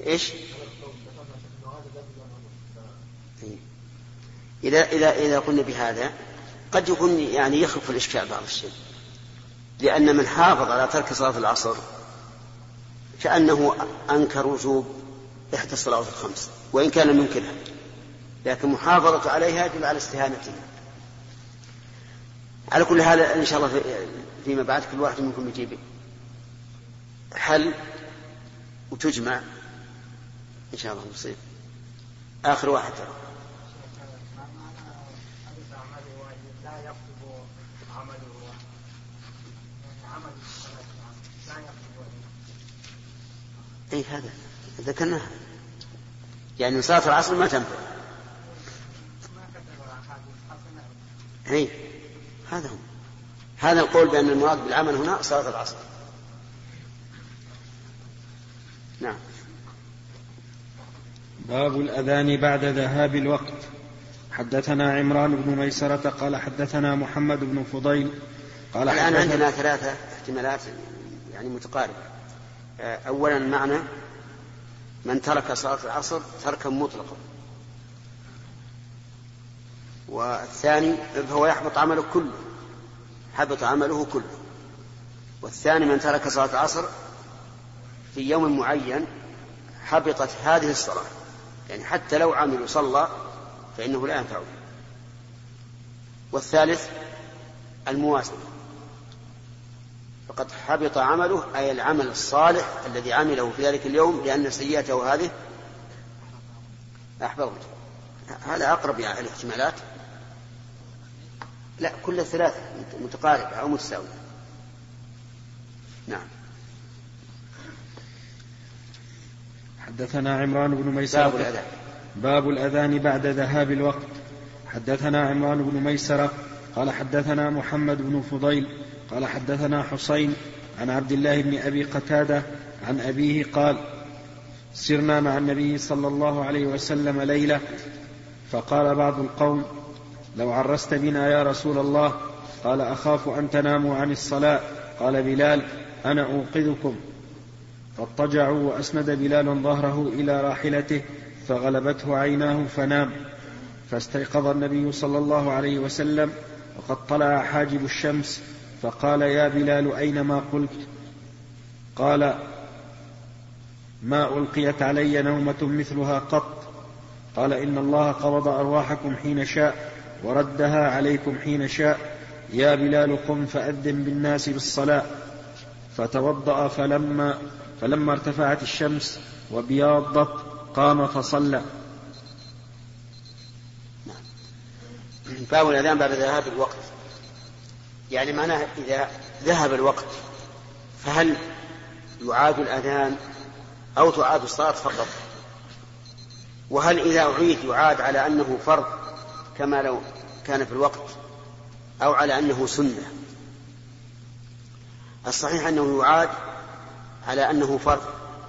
إيش؟ إذا قلنا بهذا قد يكون يعني يخف الإشكال بعض الشيء، لأن من حافظ على ترك صلاة العصر كأنه أنكر وجوب إحدى الصلوات الخمس وإن كان لم ينكرها، لكن محافظة عليها يدل على استهانته. على كل حال إن شاء الله فيما بعد كل واحد منكم يجيب حل وتجمع إن شاء الله نصيب آخر واحد. أي هذا ذكرناها، يعني صلاة العصر ما تنفع. هذا القول بأن المراد بالعمل هنا صلاة العصر. نعم. باب الأذان بعد ذهاب الوقت. حدثنا عمران بن ميسرة قال حدثنا محمد بن فضيل قال الآن عندنا ثلاثة احتمالات يعني متقاربة. أولا معنى من ترك صلاة العصر تركا مطلقا، والثاني فهو يحبط عمله كله، حبط عمله كله. والثاني من ترك صلاة العصر في يوم معين حبطت هذه الصلاة، يعني حتى لو عمل وصلى فإنه لا ينفعه. والثالث الموازنة، فقد حبط عمله أي العمل الصالح الذي عمله في ذلك اليوم لأن سيئته هذه أحبطته. هذا أقرب يعني الاحتمالات. لا، كل الثلاثة متقاربة أو متساوية. نعم. حدثنا عمران بن ميسرة باب الأذان بعد ذهاب الوقت. حدثنا عمران بن ميسرة قال حدثنا محمد بن فضيل قال حدثنا حسين عن عبد الله بن أبي قتادة عن أبيه قال سرنا مع النبي صلى الله عليه وسلم ليلة فقال بعض القوم لو عرست بنا يا رسول الله، قال أخاف أن تناموا عن الصلاة. قال بلال أنا أوقظكم. فاضطجعوا وأسند بلال ظهره إلى راحلته فغلبته عيناه فنام. فاستيقظ النبي صلى الله عليه وسلم وقد طلع حاجب الشمس فقال يا بلال أين ما قلت؟ قال ما ألقيت علي نومة مثلها قط. قال إن الله قبض أرواحكم حين شاء وردها عليكم حين شاء. يا بلال قم فأذن بالناس بالصلاة. فتوضأ فلما ارتفعت الشمس وبياضت قام فصلى. باب الأذان بعد ذهاب الوقت، يعني معناه إذا ذهب الوقت فهل يعاد الأذان أو تعاد الصلاة فقط؟ وهل إذا أعيد يعاد على أنه فرض كما لو كان في الوقت أو على أنه سنة؟ الصحيح أنه يعاد على أنه فرض،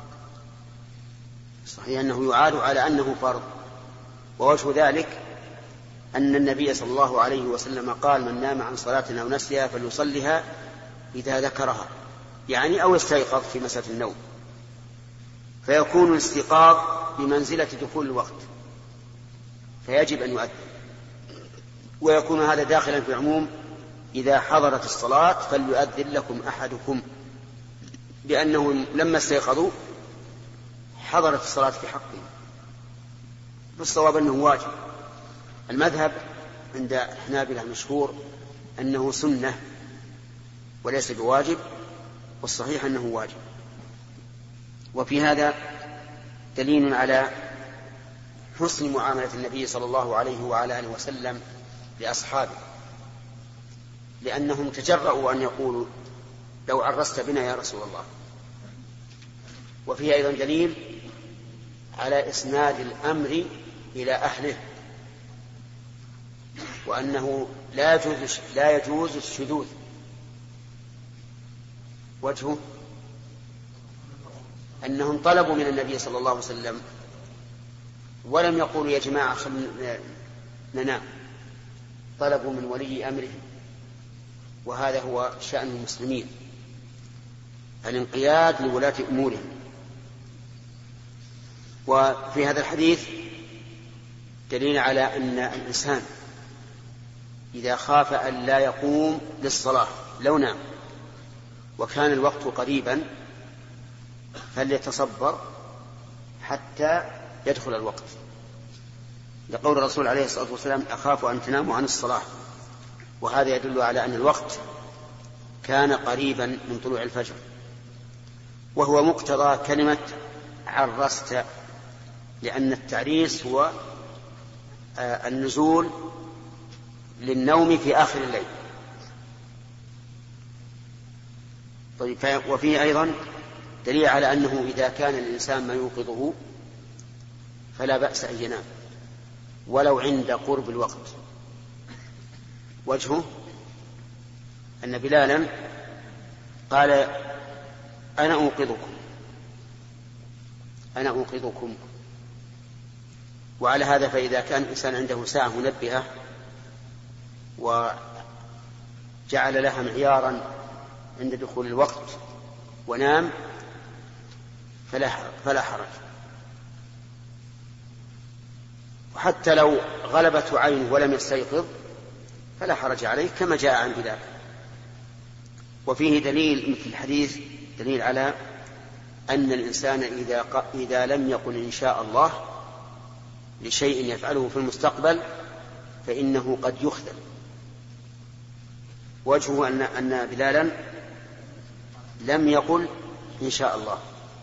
صحيح أنه يعاد على أنه فرض. ووجه ذلك أن النبي صلى الله عليه وسلم قال من نام عن صلاة أو نسيها فليصلها إذا ذكرها، يعني أو استيقظ في مسألة النوم، فيكون الاستيقاظ بمنزلة دخول الوقت فيجب أن يؤذن. ويكون هذا داخلا في عموم إذا حضرت الصلاة فليؤذن لكم أحدكم، لأنه لما استيقظوا حضرت الصلاة في حقهم. بالصواب أنه واجب. المذهب عند الحنابلة المشهور أنه سنة وليس بواجب، والصحيح أنه واجب. وفي هذا دليل على حسن معاملة النبي صلى الله عليه وعلى آله وسلم لأصحابه، لأنهم تجرؤوا أن يقولوا لو عرست بنا يا رسول الله. وفيه أيضا دليل على إسناد الأمر إلى أهله، وأنه لا يجوز الشذوذ. وجهه أنهم طلبوا من النبي صلى الله عليه وسلم ولم يقولوا يا جماعة خلنا ننام، طلبوا من ولي أمره، وهذا هو شأن المسلمين، الانقياد لولاة أمورهم. وفي هذا الحديث دليل على أن الإنسان إذا خاف أن لا يقوم للصلاة لو نام وكان الوقت قريبا فليتصبر حتى يدخل الوقت، لقول الرسول عليه الصلاة والسلام: أخاف أن تناموا عن الصلاة. وهذا يدل على أن الوقت كان قريبا من طلوع الفجر، وهو مقتضى كلمة عرست، لأن التعريس هو النزول للنوم في آخر الليل. طيب، وفيه أيضا دليل على أنه إذا كان الإنسان ما يوقظه فلا بأس أن ينام ولو عند قرب الوقت. وجهه أن بلالا قال: أنا أوقظكم. وعلى هذا فإذا كان الإنسان عنده ساعة منبهة وجعل لها معيارا عند دخول الوقت ونام فلا حرج. وحتى لو غلبته عينه ولم يستيقظ فلا حرج عليه، كما جاء عن بلال. وفيه دليل مثل الحديث دليل على أن الإنسان إذا لم يقل إن شاء الله لشيء يفعله في المستقبل فإنه قد يخذل. وجهه أن بلالا لم يقل إن شاء الله.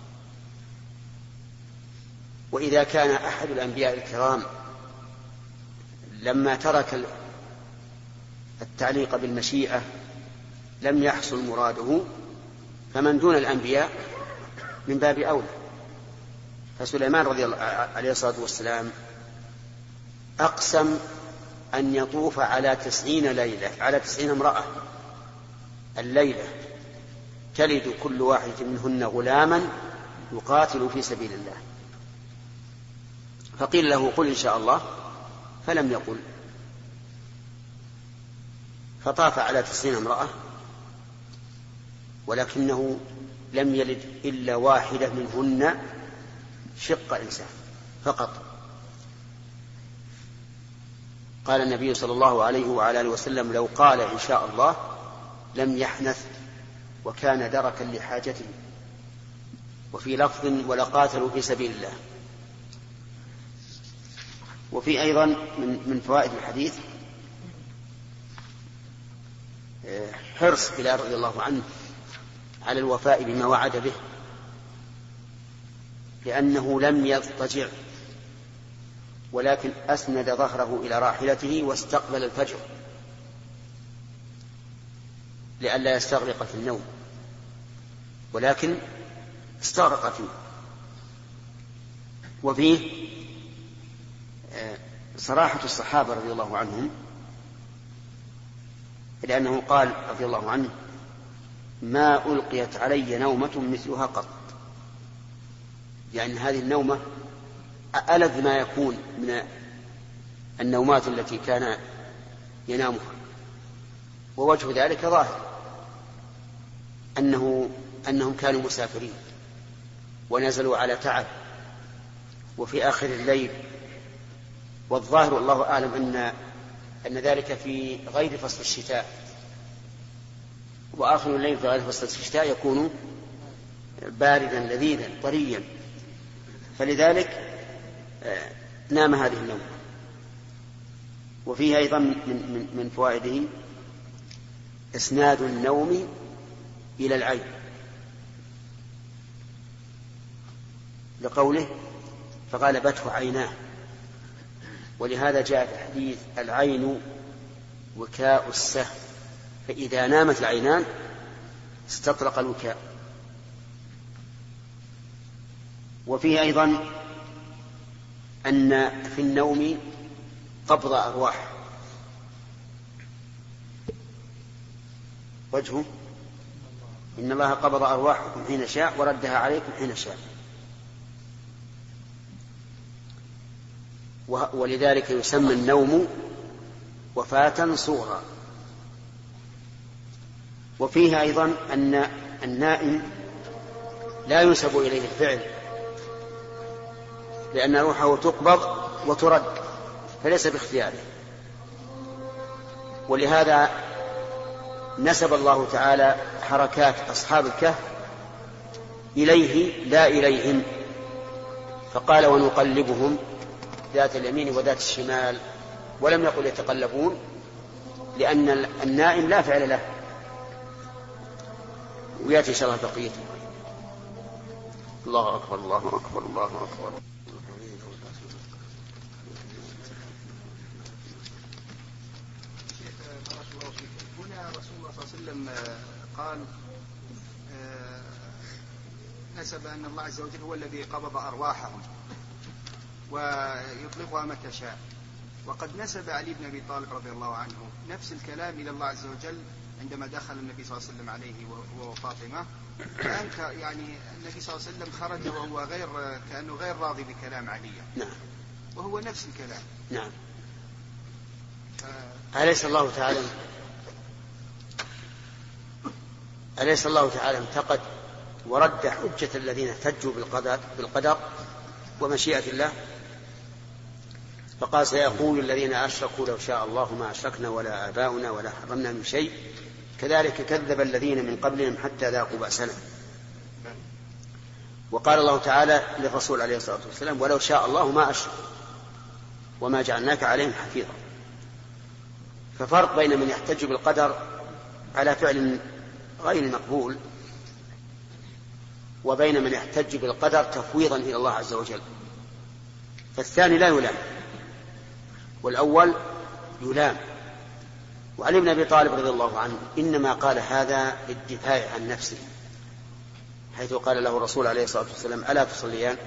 وإذا كان أحد الأنبياء الكرام لما ترك التعليق بالمشيئة لم يحصل مراده، فمن دون الأنبياء من باب أولى. فسليمان رضي الله عليه الصلاة والسلام أقسم أن يطوف على 90 امرأة الليلة تلد كل واحدة منهن غلاما يقاتل في سبيل الله. فقيل له: قل إن شاء الله، فلم يقل، فطاف على 90 امرأة، ولكنه لم يلد إلا واحدة منهن شق إنسان فقط. قال النبي صلى الله عليه وعلى آله وسلم: لو قال إن شاء الله لم يحنث وكان دركا لحاجته. وفي لفظ: ولقاتلوا في سبيل الله. وفي أيضا من فوائد الحديث حرص بلال رضي الله عنه على الوفاء بما وعد به، لأنه لم يضطجع ولكن أسند ظهره إلى راحلته واستقبل الفجر لئلا يستغرق في النوم، ولكن استغرق فيه. وفيه صراحة الصحابة رضي الله عنهم، لأنه قال رضي الله عنه: ما ألقيت علي نومة مثلها قط. يعني هذه النومة ألذ ما يكون من النومات التي كان ينامها. ووجه ذلك ظاهر أنهم كانوا مسافرين ونزلوا على تعب وفي آخر الليل. والظاهر والله أعلم أن ذلك في غير فصل الشتاء، وآخر الليل في غير فصل الشتاء يكون باردا لذيذا طريا، فلذلك نام هذه النوم. وفيه أيضا من فوائده إسناد النوم إلى العين، لقوله: فغلبته عيناه. ولهذا جاء في الحديث: العين وكاء السهم، فإذا نامت العينان استطرق الوكاء. وفيه أيضا أن في النوم قبض أرواح. وجهه: إن الله قبض أرواحكم حين شاء وردها عليكم حين شاء. ولذلك يسمى النوم وفاة صغرى. وفيه أيضا أن النائم لا ينسب إليه الفعل، لأن روحه تقبض وترد، فليس باختياره. ولهذا نسب الله تعالى حركات أصحاب الكهف إليه لا إليهم، فقال ونقلبهم ذات اليمين وذات الشمال، ولم يقل يتقلبون، لأن النائم لا فعل له. ويأتي إن شاء الله بقيته. الله أكبر الله أكبر الله أكبر. هنا رسول الله صلى الله عليه وسلم قال نسب أن الله عز وجل هو الذي قبض أرواحهم ويطلقها متى شاء، وقد نسب علي بن أبي طالب رضي الله عنه نفس الكلام إلى الله عز وجل عندما دخل النبي صلى الله عليه وسلم عليه وفاطمة. يعني النبي صلى الله عليه وسلم خرج وهو كأنه غير راضي بكلام علي. نعم. وهو نفس الكلام. نعم. أليس الله تعالى انتقد ورد حجة الذين احتجوا بالقدر ومشيئة الله، فقال سيقول الذين أشركوا لو شاء الله ما أشركنا ولا آباؤنا ولا حرمنا من شيء كذلك كذب الذين من قبلهم حتى ذاقوا بأسنا. وقال الله تعالى للرسول عليه الصلاة والسلام ولو شاء الله ما أشركوا وما جعلناك عليهم حفيظا. ففرق بين من يحتج بالقدر على فعل غير مقبول وبين من يحتج بالقدر تفويضا إلى الله عز وجل، فالثاني لا يلام والأول يلام. وعلي بن أبي طالب رضي الله عنه إنما قال هذا للدفاع عن نفسه، حيث قال له الرسول عليه الصلاة والسلام ألا تصليان؟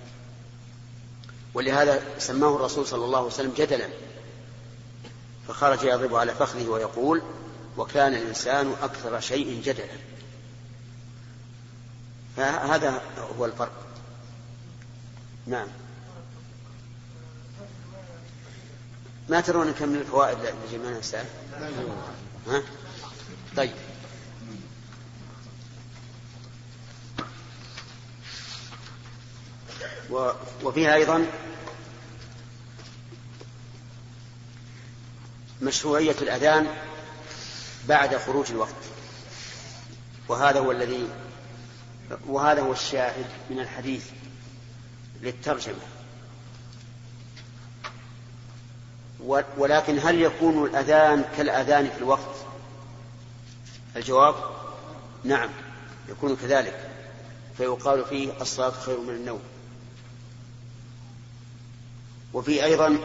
ولهذا سماه الرسول صلى الله عليه وسلم جدلا، فخرج يضرب على فخذه ويقول وكان الإنسان أكثر شيء جدلا. فهذا هو الفرق. نعم. ما ترون نكمل الفوائد لجمعنا الساعة؟ ها؟ طيب. وفيها أيضا مشروعية الأذان بعد خروج الوقت، وهذا هو الشاهد من الحديث للترجمة. ولكن هل يكون الأذان كالأذان في الوقت؟ الجواب نعم يكون كذلك، فيقال فيه الصلاة خير من النوم. وفي أيضا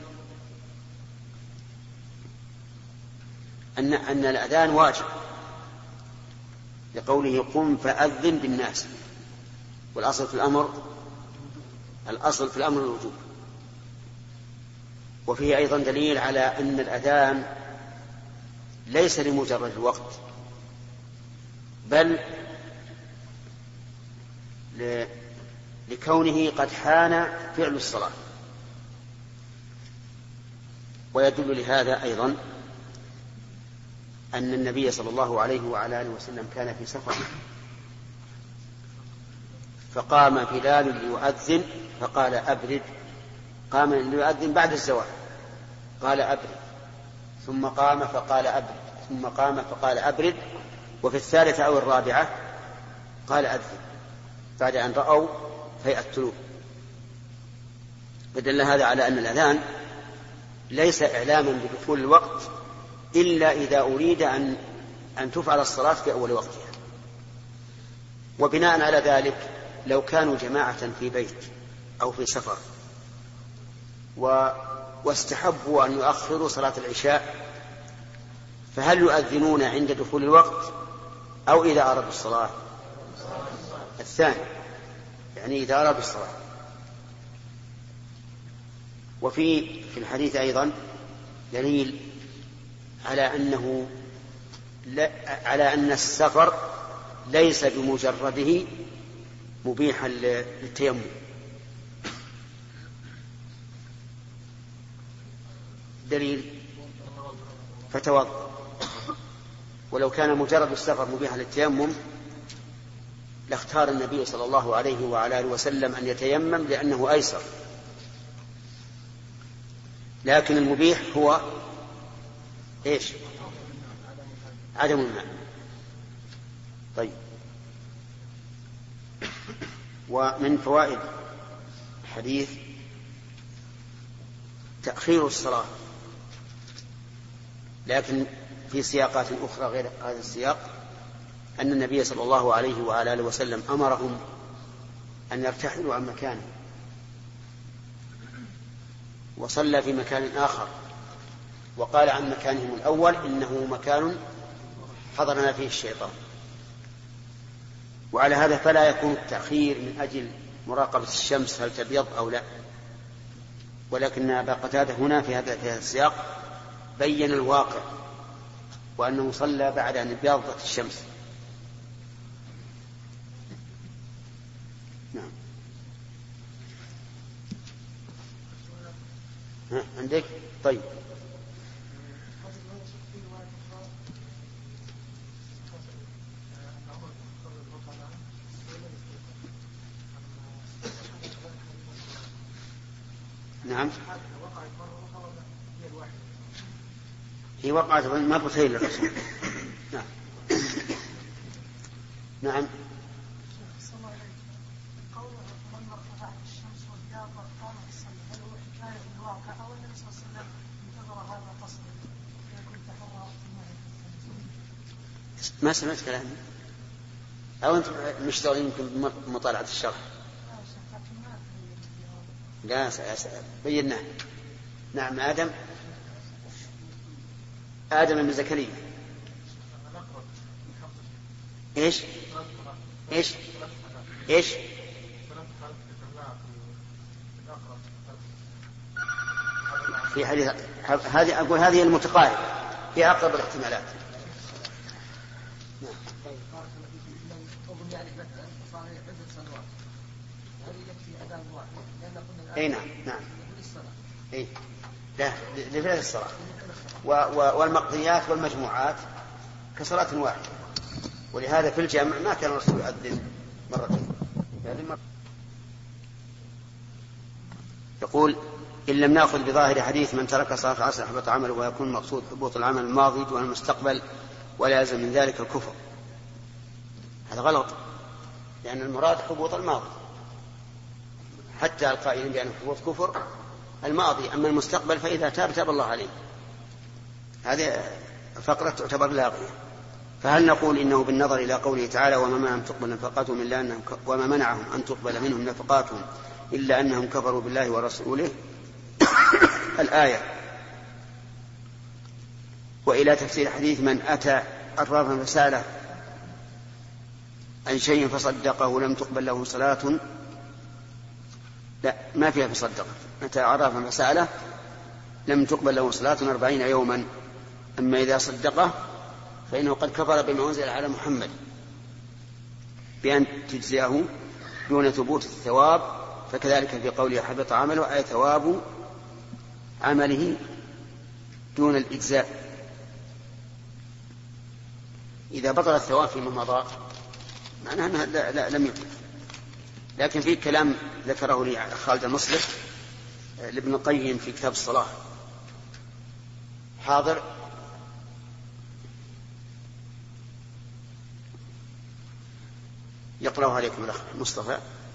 أن الأذان واجب لقوله قم فأذن بالناس، والأصل في الأمر الوجوب. وفيه أيضا دليل على أن الأذان ليس لمجرد الوقت، بل لكونه قد حان فعل الصلاة. ويدل لهذا أيضا أن النبي صلى الله عليه وعلى آله وسلم كان في سفر، فقام بلال ليؤذن فقال أبرد، قام ليؤذن بعد الزوال قال أبرد، ثم قام فقال أبرد، ثم قام فقال أبرد، وفي الثالثة أو الرابعة قال أذن بعد أن رأوا هيئة الطلوع. فدل هذا على أن الأذان ليس إعلاما بدخول الوقت إلا إذا أريد أن تفعل الصلاة في أول وقتها. وبناء على ذلك لو كانوا جماعة في بيت أو في سفر واستحبوا أن يؤخروا صلاة العشاء، فهل يؤذنون عند دخول الوقت أو إذا أرادوا الصلاة؟ الثاني، يعني إذا أرادوا الصلاة. وفي الحديث أيضا دليل على أن السفر ليس بمجرده مبيحا للتيمم. دليل فتوضأ. ولو كان مجرد السفر مبيحا للتيمم لاختار النبي صلى الله عليه وعلى آله وسلم أن يتيمم لأنه أيسر، لكن المبيح هو إيش؟ عدم الماء. طيب، ومن فوائد الحديث تأخير الصلاة، لكن في سياقات أخرى غير هذا السياق أن النبي صلى الله عليه وعلى آله وسلم أمرهم أن يرتحلوا عن مكانه، وصلى في مكان آخر، وقال عن مكانهم الأول إنه مكان حضرنا فيه الشيطان. وعلى هذا فلا يكون التأخير من أجل مراقبة الشمس هل تبيض أو لا، ولكن أبا قتادة هنا في هذا السياق بين الواقع، وأنه صلى بعد أن ابيضت الشمس. نعم. عندك؟ طيب. نعم، هي وقعت مرتين للرسول. نعم. نعم. ما سمعت كلامي أو أنتم مشتغلين يمكن بمطالعة الشرح؟ لا، بيناه. نعم. آدم بن زكريا. إيش في حديث هذه، أقول هذه المتقارب في أقرب الاحتمالات. أي نعم. أي لا، لفعل الصلاة والمقضيات والمجموعات كصلاة واحدة، ولهذا في الجامع ما كان الرسول يؤذن مرتين. يقول: إن لم نأخذ بظاهر حديث من ترك صلاة العصر حبط عمله، ويكون المقصود حبوط العمل الماضي دون المستقبل، ولا يلزم من ذلك الكفر. هذا غلط، لأن المراد حبوط الماضي، حتى القائلين بأن حبوط كفر الماضي، أما المستقبل فإذا تاب الله عليه. هذه فقرة تعتبر لاغية. فهل نقول إنه بالنظر إلى قوله تعالى: وما منعهم تقبل نفقاتهم إلا أنهم وما منعهم أن تقبل منهم نفقاتهم إلا أنهم كفروا بالله ورسوله الآية، وإلى تفسير حديث: من أتى عرافا فسأله عن شيء فصدقه لم تقبل له صلاة. لا، ما فيها فصدقه. أتى عرافا فسأله لم تقبل له صلاة 40 يوما. أما إذا صدقه فإنه قد كفر بما أنزل على محمد بأن تجزئه دون ثبوت الثواب. فكذلك في قوله حبط عمله، أي ثواب عمله دون الإجزاء. إذا بطل الثواب فيما مضى معناه أنه لم يكن. لكن في كلام ذكره لي خالد المصلح لابن القيم في كتاب الصلاة حاضر، يقرأه عليكم الأخ مصطفى.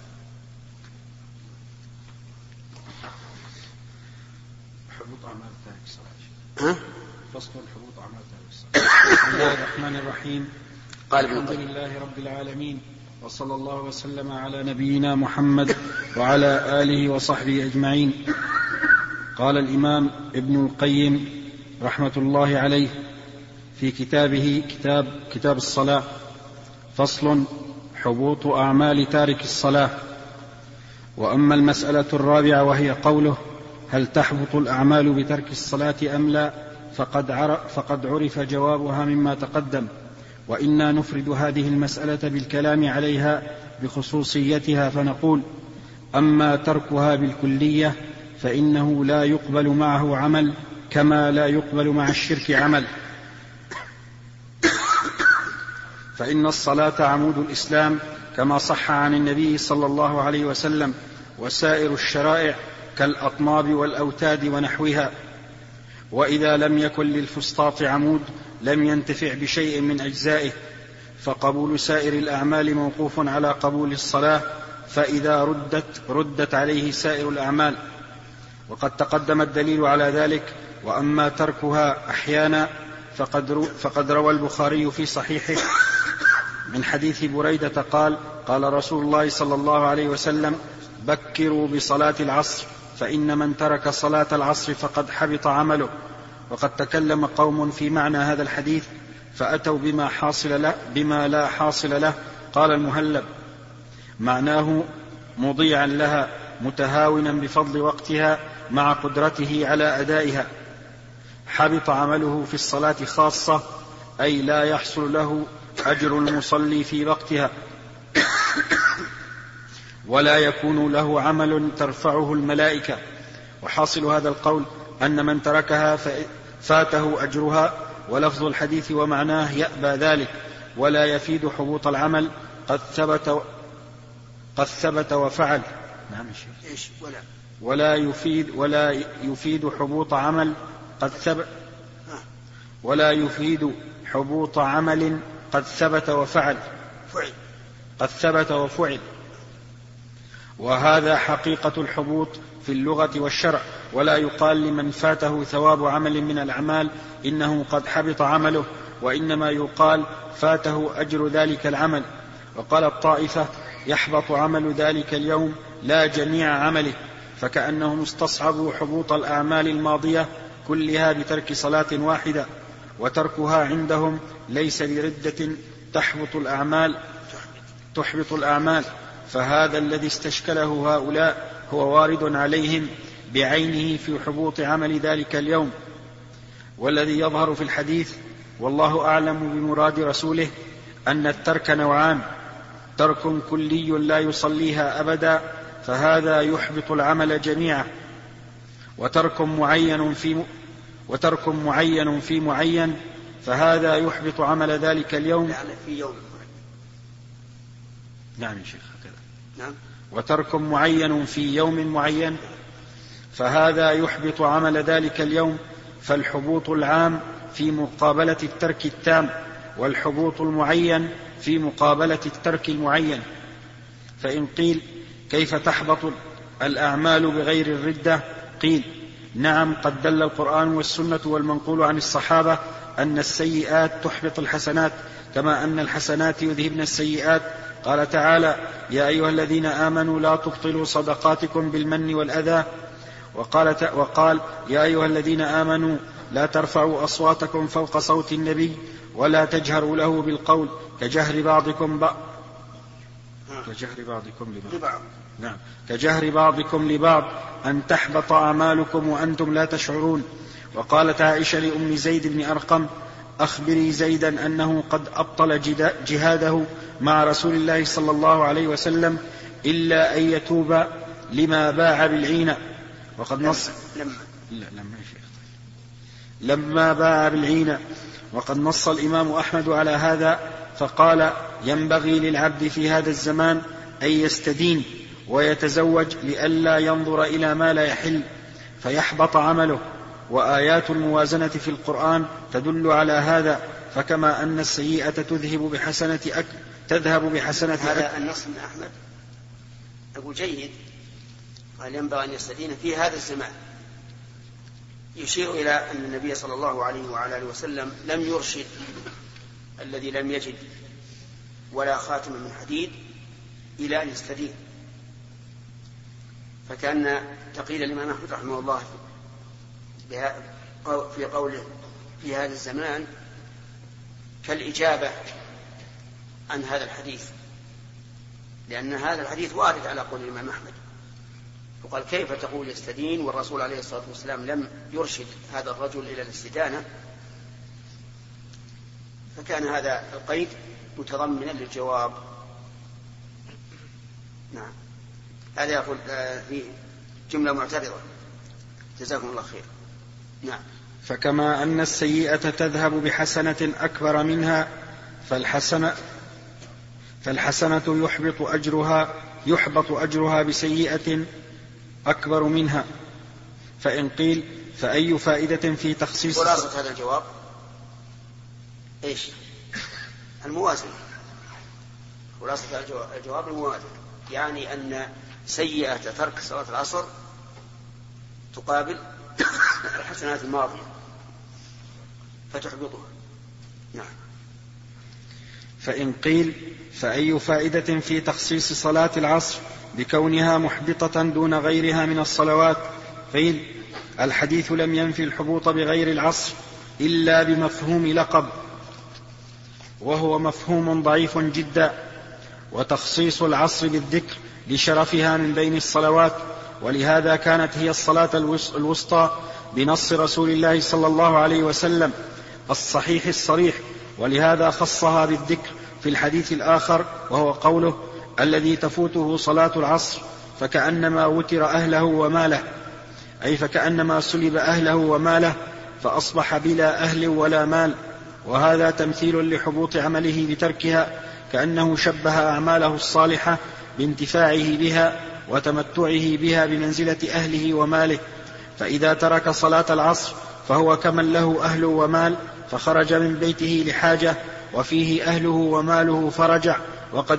حبوط أعمال تارك الصلاة. فصل حبوط أعمال تارك الصلاة. بسم الله الرحمن الرحيم. قال الحمد لله رب العالمين، وصلى الله وسلم على نبينا محمد وعلى آله وصحبه أجمعين. قال الإمام ابن القيم رحمة الله عليه في كتابه كتاب الصلاة: فصل حبوط أعمال تارك الصلاة. وأما المسألة الرابعة وهي قوله: هل تحبط الأعمال بترك الصلاة أم لا؟ فقد عرف جوابها مما تقدم، وإنا نفرد هذه المسألة بالكلام عليها بخصوصيتها، فنقول: أما تركها بالكلية فإنه لا يقبل معه عمل، كما لا يقبل مع الشرك عمل. فإن الصلاة عمود الإسلام، كما صح عن النبي صلى الله عليه وسلم، وسائر الشرائع كالأطناب والأوتاد ونحوها. وإذا لم يكن للفسطاط عمود لم ينتفع بشيء من أجزائه، فقبول سائر الأعمال موقوف على قبول الصلاة، فإذا ردت عليه سائر الأعمال. وقد تقدم الدليل على ذلك. وأما تركها أحيانا فقد روى البخاري في صحيحه من حديث بريدة قال: قال رسول الله صلى الله عليه وسلم: بكروا بصلاة العصر، فإن من ترك صلاة العصر فقد حبط عمله. وقد تكلم قوم في معنى هذا الحديث فأتوا بما لا حاصل له. قال المهلب: معناه مضيعا لها متهاونا بفضل وقتها مع قدرته على أدائها. حبط عمله في الصلاة خاصة، أي لا يحصل له أجر المصلي في وقتها، ولا يكون له عمل ترفعه الملائكة. وحاصل هذا القول أن من تركها فاته أجرها، ولفظ الحديث ومعناه يأبى ذلك، ولا يفيد حبوط العمل قد ثبت وفعل. نعم إيش ولا يفيد حبوط عمل قد ثبت، ولا يفيد حبوط عمل قد ثبت وفعل، قد ثبت وفعل. وهذا حقيقة الحبوط في اللغة والشرع. ولا يقال لمن فاته ثواب عمل من الأعمال إنه قد حبط عمله، وإنما يقال فاته أجر ذلك العمل. وقال الطائفة: يحبط عمل ذلك اليوم لا جميع عمله، فكأنهم استصعبوا حبوط الأعمال الماضية كلها بترك صلاة واحدة، وتركها عندهم ليس بردة تحبط الأعمال. فهذا الذي استشكله هؤلاء هو وارد عليهم بعينه في حبوط عمل ذلك اليوم. والذي يظهر في الحديث والله أعلم بمراد رسوله أن الترك نوعان: ترك كلي لا يصليها أبدا فهذا يحبط العمل جميعا، وترك معين في معين فهذا يحبط عمل ذلك اليوم. نعم يا شيخ هكذا. نعم. وترك معين في يوم معين فهذا يحبط عمل ذلك اليوم. فالحبوط العام في مقابلة الترك التام، والحبوط المعين في مقابلة الترك المعين. فإن قيل: كيف تحبط الأعمال بغير الردة؟ قيل: نعم، قد دل القرآن والسنة والمنقول عن الصحابة أن السيئات تحبط الحسنات، كما أن الحسنات يذهبن السيئات. قال تعالى: يا أيها الذين آمنوا لا تبطلوا صدقاتكم بالمن والأذى. وقال: يا أيها الذين آمنوا لا ترفعوا أصواتكم فوق صوت النبي ولا تجهروا له بالقول كجهر بعضكم لبعض أن تحبط أعمالكم وأنتم لا تشعرون. وقالت عائشة لأم زيد بن أرقم: أخبري زيدا أنه قد أبطل جهاده مع رسول الله صلى الله عليه وسلم إلا أن يتوب لما باع بالعينة. وقد نص لما باع بالعينة. وقد نص الإمام أحمد على هذا فقال: ينبغي للعبد في هذا الزمان أن يستدين ويتزوج لئلا ينظر إلى ما لا يحل فيحبط عمله. وآيات الموازنة في القرآن تدل على هذا. فكما أن السيئة تذهب بحسنة هذا النص من أحمد أقول جيد. قال: ينبغي أن يستدين في هذا الزمان، يشير إلى أن النبي صلى الله عليه وعلى آله وسلم لم يرشد الذي لم يجد ولا خاتم من حديد إلى أن يستدين. فكان تقيل الإمام أحمد رحمه الله في قوله في هذا الزمان كالإجابة عن هذا الحديث، لأن هذا الحديث وارد على قول الإمام أحمد. وقال: كيف تقول يستدين والرسول عليه الصلاة والسلام لم يرشد هذا الرجل إلى الاستدانة؟ فكان هذا القيد متضمنا للجواب. نعم، هذا يقول في جملة معترضة. جزاكم الله خير. نعم. فكما أن السيئة تذهب بحسنة أكبر منها فالحسنة يحبط أجرها بسيئة أكبر منها. فإن قيل فأي فائدة في تخصيص؟ خلاصة هذا الجواب إيش؟ الموازنة. خلاصة الجواب الموازنة، يعني أن سيئة ترك صلاة العصر تقابل الحسنات الماضية فتحبطها. نعم. فإن قيل فأي فائدة في تخصيص صلاة العصر بكونها محبطة دون غيرها من الصلوات؟ قيل الحديث لم ينفي الحبوط بغير العصر إلا بمفهوم لقب، وهو مفهوم ضعيف جدا، وتخصيص العصر بالذكر لشرفها من بين الصلوات، ولهذا كانت هي الصلاة الوسطى بنص رسول الله صلى الله عليه وسلم الصحيح الصريح، ولهذا خصها بالذكر في الحديث الآخر، وهو قوله الذي تفوته صلاة العصر فكأنما وتر أهله وماله، أي فكأنما سلب أهله وماله فأصبح بلا أهل ولا مال. وهذا تمثيل لحبوط عمله بتركها، كأنه شبه أعماله الصالحة بانتفاعه بها وتمتعه بها بمنزلة أهله وماله، فإذا ترك صلاة العصر فهو كمن له أهل ومال فخرج من بيته لحاجة وفيه أهله وماله فرجع، وقد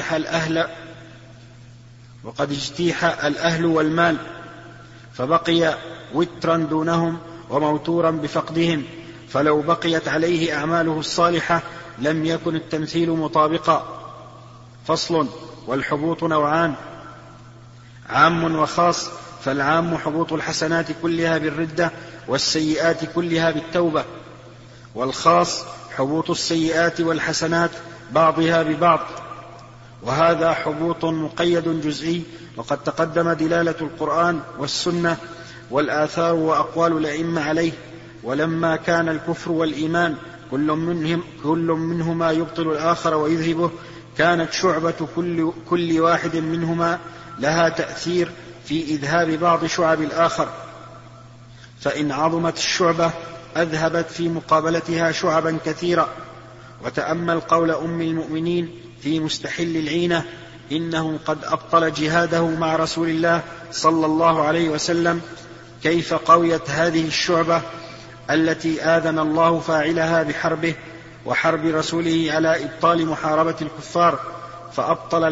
اجتيح الأهل والمال فبقي وترا دونهم وموتورا بفقدهم، فلو بقيت عليه أعماله الصالحة لم يكن التمثيل مطابقا. فصل. والحبوط نوعان، عام وخاص، فالعام حبوط الحسنات كلها بالردة والسيئات كلها بالتوبة، والخاص حبوط السيئات والحسنات بعضها ببعض، وهذا حبوط مقيد جزئي، وقد تقدم دلالة القرآن والسنة والآثار وأقوال الأئمة عليه. ولما كان الكفر والإيمان كل منهما يبطل الآخر ويذهبه، كانت شعبة كل واحد منهما لها تأثير في إذهاب بعض شعب الآخر، فإن عظمت الشعبة أذهبت في مقابلتها شعبا كثيرة. وتأمل قول أم المؤمنين في مستحل العينة: إنه قد أبطل جهاده مع رسول الله صلى الله عليه وسلم. كيف قويت هذه الشعبة التي آذن الله فاعلها بحربه وحرب رسوله على إبطال محاربة الكفار، فأبطل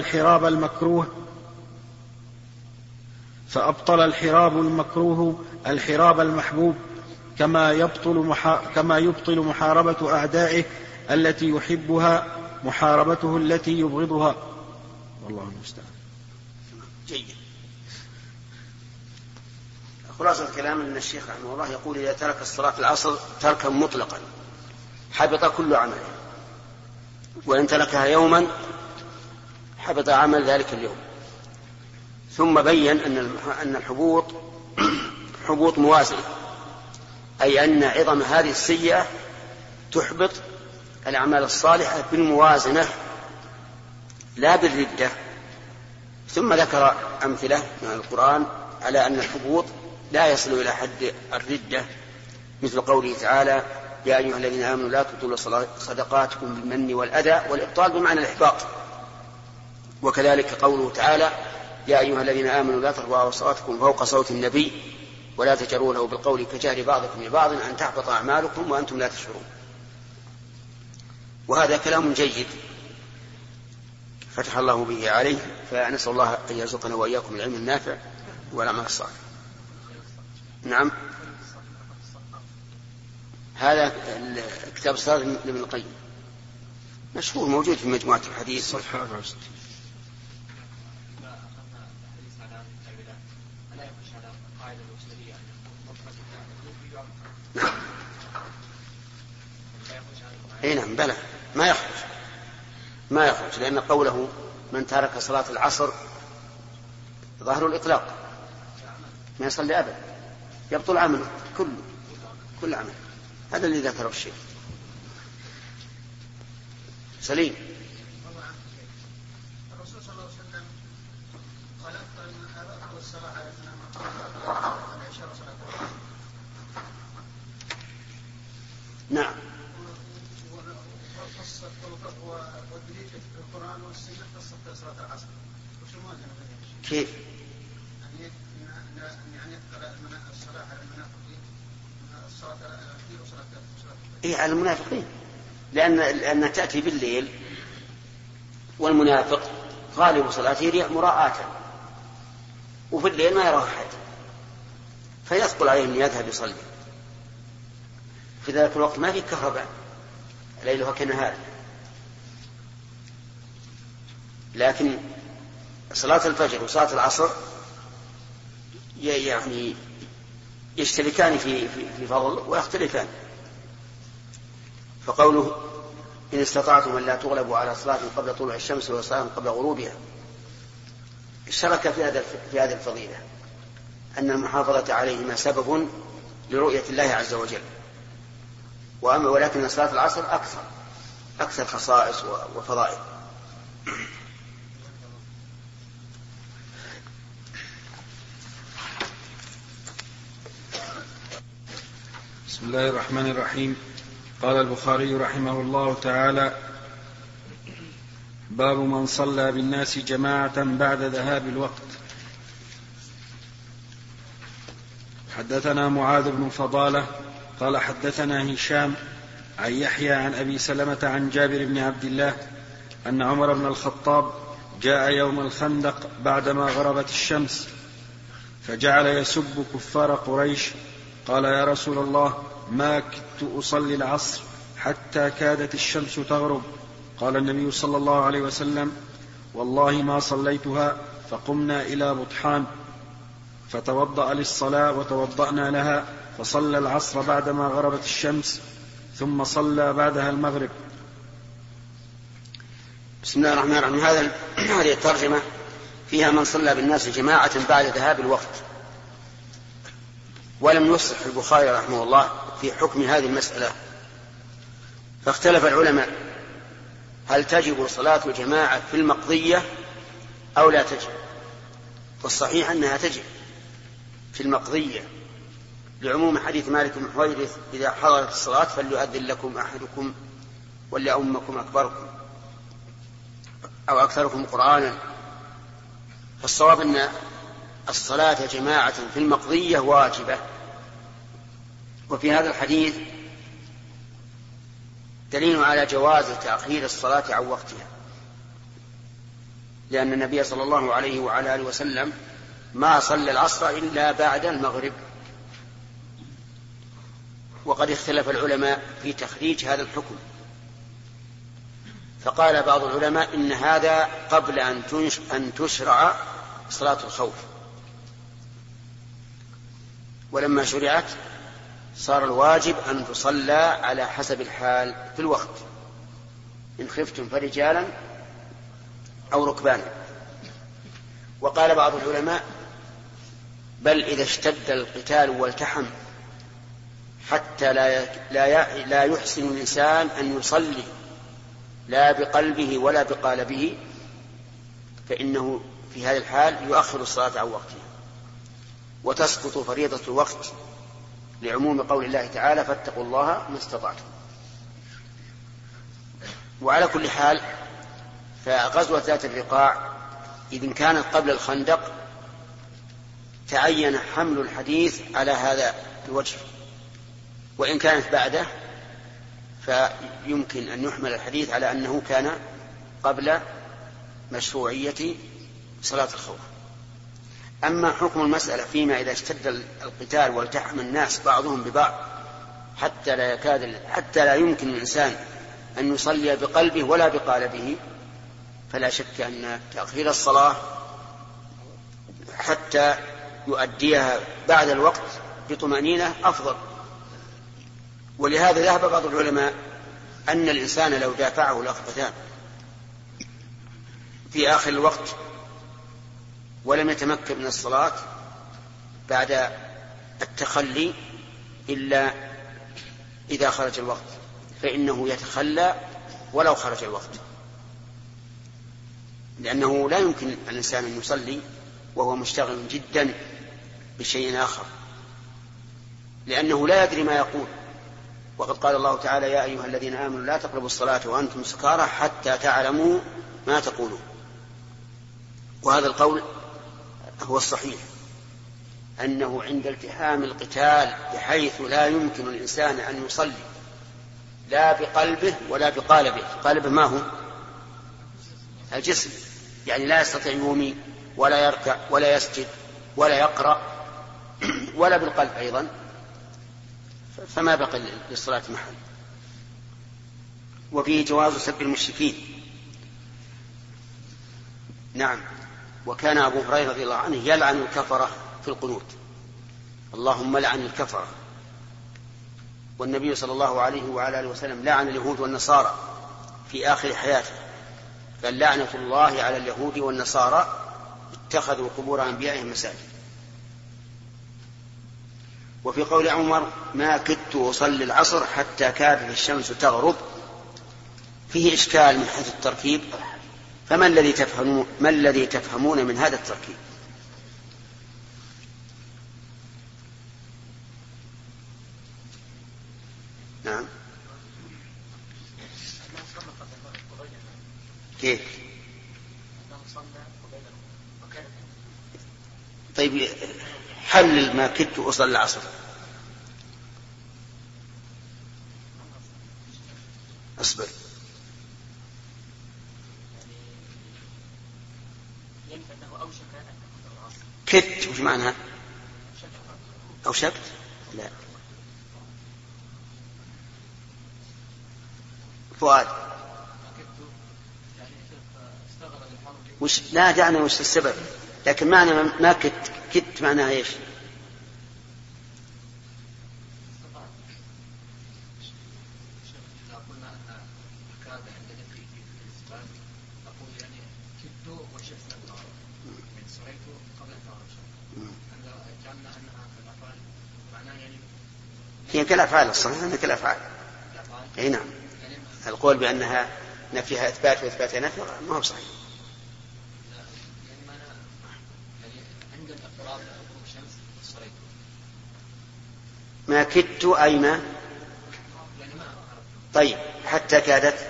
الحراب المكروه الحراب المحبوب، كما يبطل محاربة أعدائه التي يحبها محاربته التي يبغضها. والله المستعان. جيد. خلاصة الكلام أن الشيخ رحمه الله يقول: إذا ترك الصلاة العصر تركا مطلقا حبط كل عمله، وإن تركها يوما حبط عمل ذلك اليوم. ثم بين أن الحبوط حبوط موازي، أي أن عظم هذه السيئة تحبط الأعمال الصالحة بالموازنة لا بالردة. ثم ذكر أمثلة من القرآن على أن الحبوط لا يصل إلى حد الردة، مثل قوله تعالى: يا أيها الذين آمنوا لا تبطلوا صدقاتكم بالمن والأذى، والإبطال بمعنى الإحباط. وكذلك قوله تعالى: يا أيها الذين آمنوا لا ترفعوا أصواتكم فوق صوت النبي ولا تجهروا له بالقول كجهر بعضكم لبعض أن تحبط أعمالكم وأنتم لا تشعرون. وهذا كلام جيد فتح الله به عليه، فنسأل الله أن يرزقنا وإياكم العلم النافع والعمل الصالح. نعم، هذا كتاب الصلاة لابن القيم مشهور، موجود في مجموعة الحديث صفحة 64. نعم بلى، ما يخرج لأن قوله من ترك صلاة العصر ظاهر الإطلاق، ما يصلي أبدا، يبطل عمله كل عمل. هذا الذي ذكره الشيخ سليم. الرسول صلى الله عليه وسلم قال أفضل الصلاة على العشاء وصلاة. نعم. والدليل في القرآن والسنة كيف؟ إيه على المنافقين، لأن تأتي بالليل والمنافق غالب صلاته مراءة، وفي الليل ما يراه أحد، فيثقل عليه أن يذهب يصلي. في ذلك الوقت ما في كهرباء، ليلها كنهار. لكن صلاة الفجر وصلاة العصر يعني يشتركان في فضل ويختلفان. فقوله إن استطعتم أن لا تغلبوا على صلاة قبل طلوع الشمس وصلاة قبل غروبها، اشترك في هذه الفضيلة أن المحافظة عليهما سبب لرؤية الله عز وجل. ولكن صلاة العصر أكثر خصائص وفضائل. بسم الله الرحمن الرحيم. قال البخاري رحمه الله تعالى: باب من صلى بالناس جماعة بعد ذهاب الوقت. حدثنا معاذ بن فضالة قال حدثنا هشام عن يحيى عن أبي سلمة عن جابر بن عبد الله أن عمر بن الخطاب جاء يوم الخندق بعدما غربت الشمس، فجعل يسب كفار قريش. قال: يا رسول الله، ما كدت أصلي العصر حتى كادت الشمس تغرب. قال النبي صلى الله عليه وسلم: والله ما صليتها. فقمنا إلى بطحان فتوضأ للصلاة وتوضأنا لها، فصلى العصر بعدما غربت الشمس، ثم صلى بعدها المغرب. بسم الله الرحمن الرحيم. هذه الترجمة فيها من صلى بالناس جماعة بعد ذهاب الوقت. ولم يصح البخاري رحمه الله في حكم هذه المسألة، فاختلف العلماء هل تجب صلاة الجماعة في المقضية أو لا تجب. والصحيح أنها تجب في المقضية، لعموم حديث مالك بن حويرث: إذا حضرت الصلاة فليؤذن لكم أحدكم وليؤمكم أكبركم أو أكثركم قرآنا. فالصواب أن الصلاة جماعة في المقضية واجبة. وفي هذا الحديث دليل على جواز تأخير الصلاة عن وقتها، لأن النبي صلى الله عليه وعلى آله وسلم ما صلى العصر إلا بعد المغرب. وقد اختلف العلماء في تخريج هذا الحكم، فقال بعض العلماء إن هذا قبل أن تشرع صلاة الخوف، ولما شرعت صار الواجب أن تصلى على حسب الحال في الوقت، إن خفتم فرجالا أو ركبانا. وقال بعض العلماء: بل إذا اشتد القتال والتحم حتى لا يحسن الإنسان أن يصلي لا بقلبه ولا بقالبه، فإنه في هذه الحال يؤخر الصلاة عن وقتها، وتسقط فريضة الوقت لعموم قول الله تعالى: فاتقوا الله ما استطعتم. وعلى كل حال فغزوة ذات الرقاع إذن كانت قبل الخندق تعين حمل الحديث على هذا الوجه، وإن كانت بعده فيمكن أن يحمل الحديث على أنه كان قبل مشروعية صلاة الخوف. أما حكم المسألة فيما إذا اشتد القتال والتحم الناس بعضهم ببعض حتى لا يمكن الإنسان أن يصلي بقلبه ولا بقالبه، فلا شك أن تأخير الصلاة حتى يؤديها بعد الوقت بطمأنينة أفضل. ولهذا ذهب بعض العلماء أن الإنسان لو دافعه الأخبثان في آخر الوقت ولم يتمكن من الصلاة بعد التخلي إلا إذا خرج الوقت، فإنه يتخلى ولو خرج الوقت، لأنه لا يمكن الإنسان أن يصلي وهو مشتغل جدا بشيء آخر، لأنه لا يدري ما يقول. وقد قال الله تعالى: يا أيها الذين آمنوا لا تقربوا الصلاة وأنتم سكارى حتى تعلموا ما تقولون. وهذا القول هو الصحيح أنه عند التحام القتال بحيث لا يمكن الإنسان أن يصلي لا بقلبه ولا بقالبه. قالبه ما هو؟ الجسم، يعني لا يستطيع يومي ولا يركع ولا يسجد ولا يقرأ ولا بالقلب أيضا، فما بقي للصلاة محل. وفيه جواز سب المشركين. نعم. وكان أبو هريرة رضي الله عنه يلعن الكفرة في القنوت، اللهم لعن الكفرة. والنبي صلى الله عليه وعلى آله وسلم لعن اليهود والنصارى في آخر حياته، قال لعنة الله على اليهود والنصارى اتخذوا قبور أنبيائهم مساجد. وفي قول عمر ما كدت أصلي العصر حتى كادت الشمس تغرب، فيه إشكال من حيث التركيب، فما الذي تفهمون من هذا التركيب؟ نعم. كيف؟ طيب حلل ما كدت أصلي العصر. أصبر. كدت وش معناها؟ أو شكت؟ لا. فؤاد وش؟ لا دعنا وش السبب، لكن معنى ما كدت معناها ايش؟ هي كالأفعال الصحيحة، أنها كالأفعال. أي نعم. القول بأنها نفيها إثبات وإثباتها نفي ما هو صحيح. ما كدت أي ما. طيب حتى كادت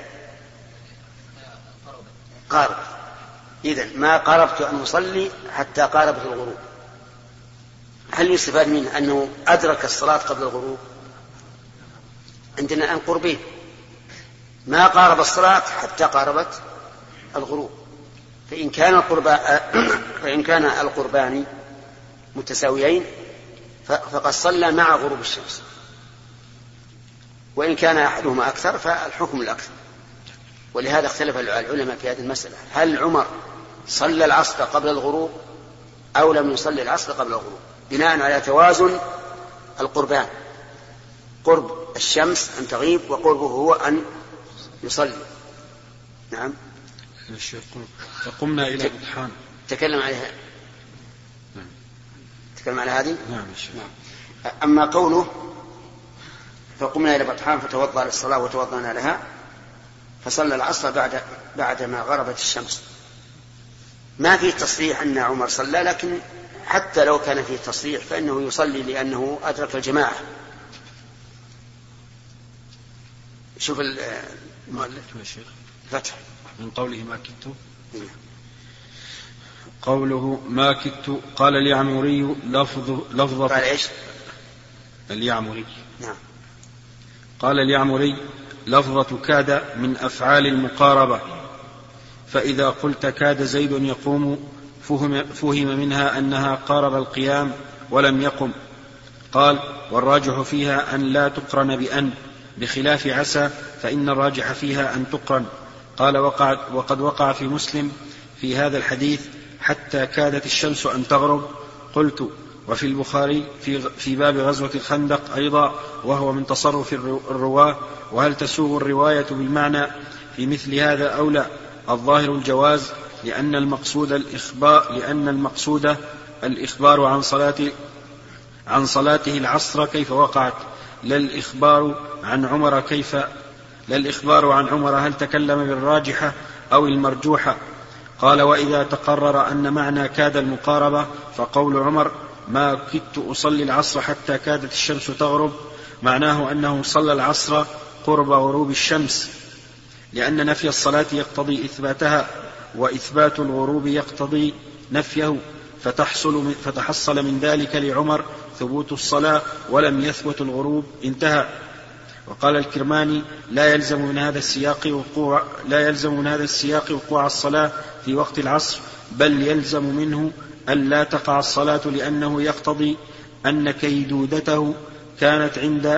قارب. إذن ما قربت أن أصلي حتى قاربت الغروب. هل يستفاد منه أنه أدرك الصلاة قبل الغروب؟ عندنا الآن قربين، ما قارب الصلاة حتى قاربت الغروب. فإن كان القربان متساويين فقد صلى مع غروب الشمس، وإن كان أحدهما أكثر فالحكم الأكثر. ولهذا اختلف العلماء في هذه المسألة، هل عمر صلى العصر قبل الغروب أو لم يصلي العصر قبل الغروب، بناء على توازن القربان، قرب الشمس أن تغيب وقربه هو أن يصلي. نعم. فقمنا إلى بطحان تكلم عليها. نعم. تكلم على هذه. نعم. أما قوله فقمنا إلى بطحان فتوضأ للصلاة وتوضأنا لها، فصلى العصر بعد ما غربت الشمس. ما فيه تصريح أن عمر صلى، لكن حتى لو كان فيه تصريح فإنه يصلي لأنه أدرك الجماعة. شوف المؤلف فتح من قوله ما كدت. قوله ما كدت قال اليعمري لفظة قال إيش؟ اليعمري. نعم. قال اليعمري لفظة كاد من أفعال المقاربة، فإذا قلت كاد زيد يقوم فهم منها أنها قارب القيام ولم يقم. قال والراجح فيها أن لا تقرن بأن، بخلاف عسى فإن الراجح فيها أن تقرن. قال وقد وقع في مسلم في هذا الحديث حتى كادت الشمس أن تغرب. قلت وفي البخاري في باب غزوة الخندق أيضا، وهو من تصرف الرواة. وهل تسوغ الرواية بالمعنى في مثل هذا أو لا؟ الظاهر الجواز، لأن المقصود الإخبار عن صلاته العصر كيف وقعت، لا الإخبار عن عمر هل تكلم بالراجحة أو المرجوحة. قال وإذا تقرر أن معنى كاد المقاربة فقول عمر ما كدت أصلي العصر حتى كادت الشمس تغرب معناه أنه صلى العصر قرب غروب الشمس، لأن نفي الصلاة يقتضي إثباتها، وإثبات الغروب يقتضي نفيه. فتحصل من ذلك لعمر ثبوت الصلاة ولم يثبت الغروب، انتهى. وقال الكرماني: لا يلزم من هذا السياق وقوع الصلاة في وقت العصر، بل يلزم منه أن لا تقع الصلاة، لأنه يقتضي أن كيدودته كانت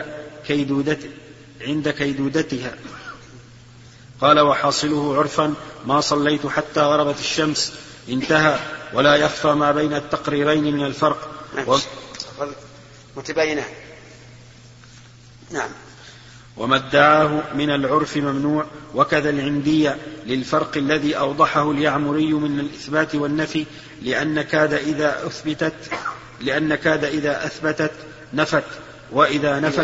عند كيدودتها. قال: وحاصله عرفا ما صليت حتى غربت الشمس، انتهى. ولا يخفى ما بين التقريرين من الفرق متباينة. نعم. وما ادعاه من العرف ممنوع، وكذا العندية، للفرق الذي أوضحه اليعمري من الإثبات والنفي، لأن كاد إذا أثبتت نفت، وإذا نفت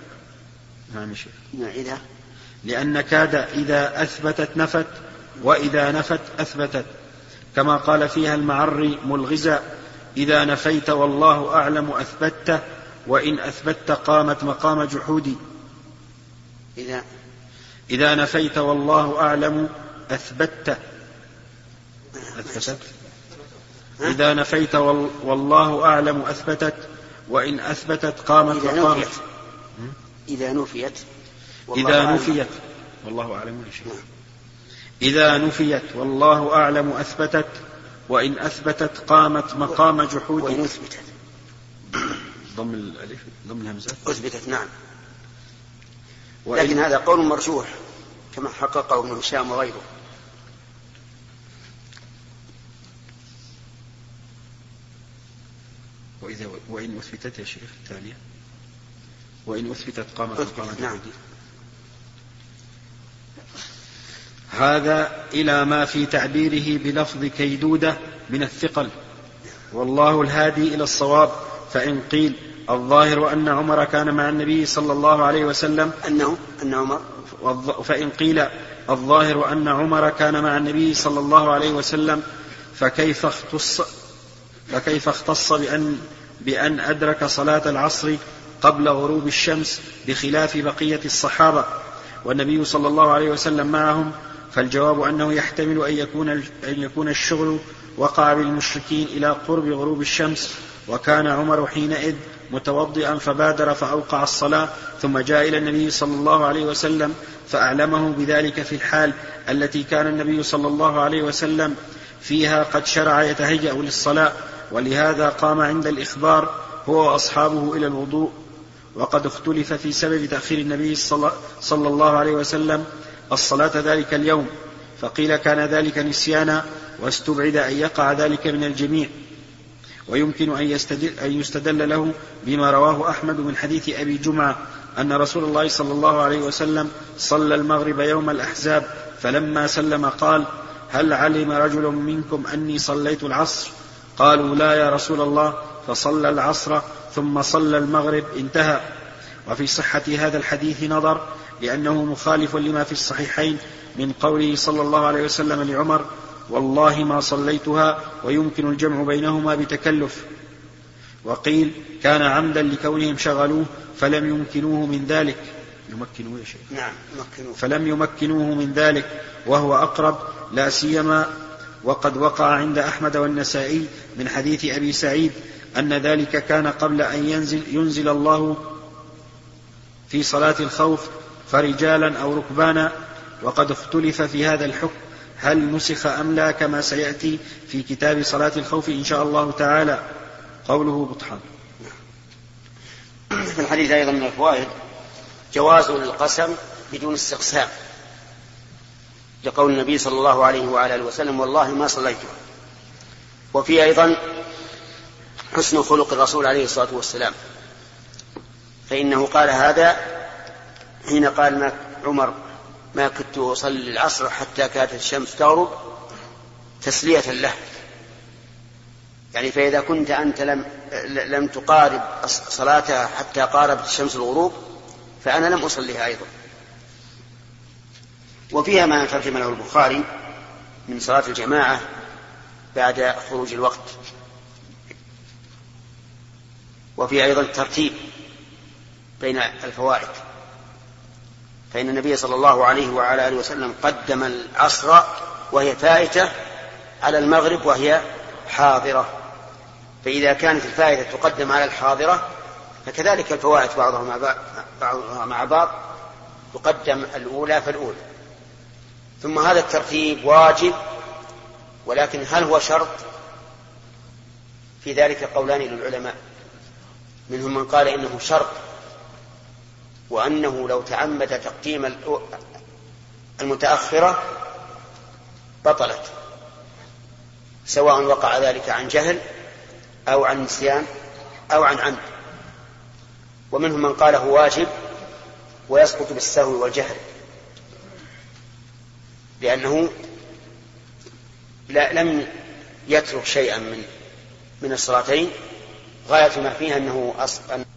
لأن كاد إذا أثبتت نفت، وإذا نفت أثبتت، كما قال فيها المعري ملغزا: إذا نفيت والله أعلم أثبتته، وإن أثبتت قامت مقام جحودي. إذا نفيت والله أعلم أثبتت. إذا نفيت والله أعلم أثبتت، وإن أثبتت قامت مقام. إذا نفيت والله أعلم إذا نفيت والله أعلم أثبتت، وإن أثبتت قامت مقام جحود. وإن أثبتت ضم الألف ضم الهمزة أثبتت. نعم. لكن هذا قول مرجوح كما حققه ابن هشام وغيره. وإن أثبتت يا شيخ الثانية، وإن أثبتت قامت مقام جحود. نعم. هذا إلى ما في تعبيره بلفظ كيدودة من الثقل، والله الهادي إلى الصواب. فإن قيل الظاهر أن عمر كان مع النبي صلى الله عليه وسلم فإن قيل الظاهر أن عمر كان مع النبي صلى الله عليه وسلم، فكيف اختص بأن أدرك صلاة العصر قبل غروب الشمس بخلاف بقية الصحابة والنبي صلى الله عليه وسلم معهم؟ فالجواب أنه يحتمل أن يكون الشغل وقع بالمشركين إلى قرب غروب الشمس، وكان عمر حينئذ متوضئا فبادر فأوقع الصلاة، ثم جاء إلى النبي صلى الله عليه وسلم فأعلمه بذلك في الحال التي كان النبي صلى الله عليه وسلم فيها قد شرع يتهيأ للصلاة، ولهذا قام عند الإخبار هو وأصحابه إلى الوضوء. وقد اختلف في سبب تأخير النبي صلى الله عليه وسلم الصلاة ذلك اليوم، فقيل كان ذلك نسيانا، واستبعد أن يقع ذلك من الجميع. ويمكن أن يستدل له بما رواه أحمد من حديث أبي جمعة أن رسول الله صلى الله عليه وسلم صلى المغرب يوم الأحزاب، فلما سلم قال: هل علم رجل منكم أني صليت العصر؟ قالوا: لا يا رسول الله، فصلى العصر ثم صلى المغرب، انتهى. وفي صحة هذا الحديث نظر، لأنه مخالف لما في الصحيحين من قوله صلى الله عليه وسلم لعمر: والله ما صليتها، ويمكن الجمع بينهما بتكلف. وقيل كان عمدا لكونهم شغلوه فلم يمكنوه من ذلك. فلم يمكنوه من ذلك، وهو أقرب، لا سيما وقد وقع عند أحمد والنسائي من حديث أبي سعيد أن ذلك كان قبل أن ينزل الله في صلاة الخوف فرجالا أو ركبانا. وقد اختلف في هذا الحكم هل نسخ أم لا، كما سيأتي في كتاب صلاة الخوف إن شاء الله تعالى. قوله بطحان. في الحديث أيضا من الفوائد جواز القسم بدون استقسام، لقول النبي صلى الله عليه وعلى آله وسلم: والله ما صليته. وفي أيضا حسن خلق الرسول عليه الصلاة والسلام، فإنه قال هذا حين قال عمر: ما كنت أصلي العصر حتى كادت الشمس تغرب، تسلية له. يعني فإذا كنت أنت لم تقارب صلاتها حتى قاربت الشمس الغروب، فأنا لم أصليها أيضا. وفيها ما ترجم له البخاري من صلاة الجماعة بعد خروج الوقت. وفي أيضا الترتيب بين الفوائد، فإن النبي صلى الله عليه وعلى آله وسلم قدم العصر وهي فائتة على المغرب وهي حاضرة، فإذا كانت الفائدة تقدم على الحاضرة فكذلك الفوائد بعضها مع بعض تقدم الأولى فالأولى. ثم هذا الترتيب واجب، ولكن هل هو شرط؟ في ذلك قولان للعلماء، منهم من قال إنه شرط، وأنه لو تعمد تقديم المتأخرة بطلت، سواء وقع ذلك عن جهل أو عن نسيان أو عن عمد. ومنهم من قاله واجب ويسقط بالسهو والجهل، لأنه لم يترك شيئا من الصلاتين غاية ما فيها أنه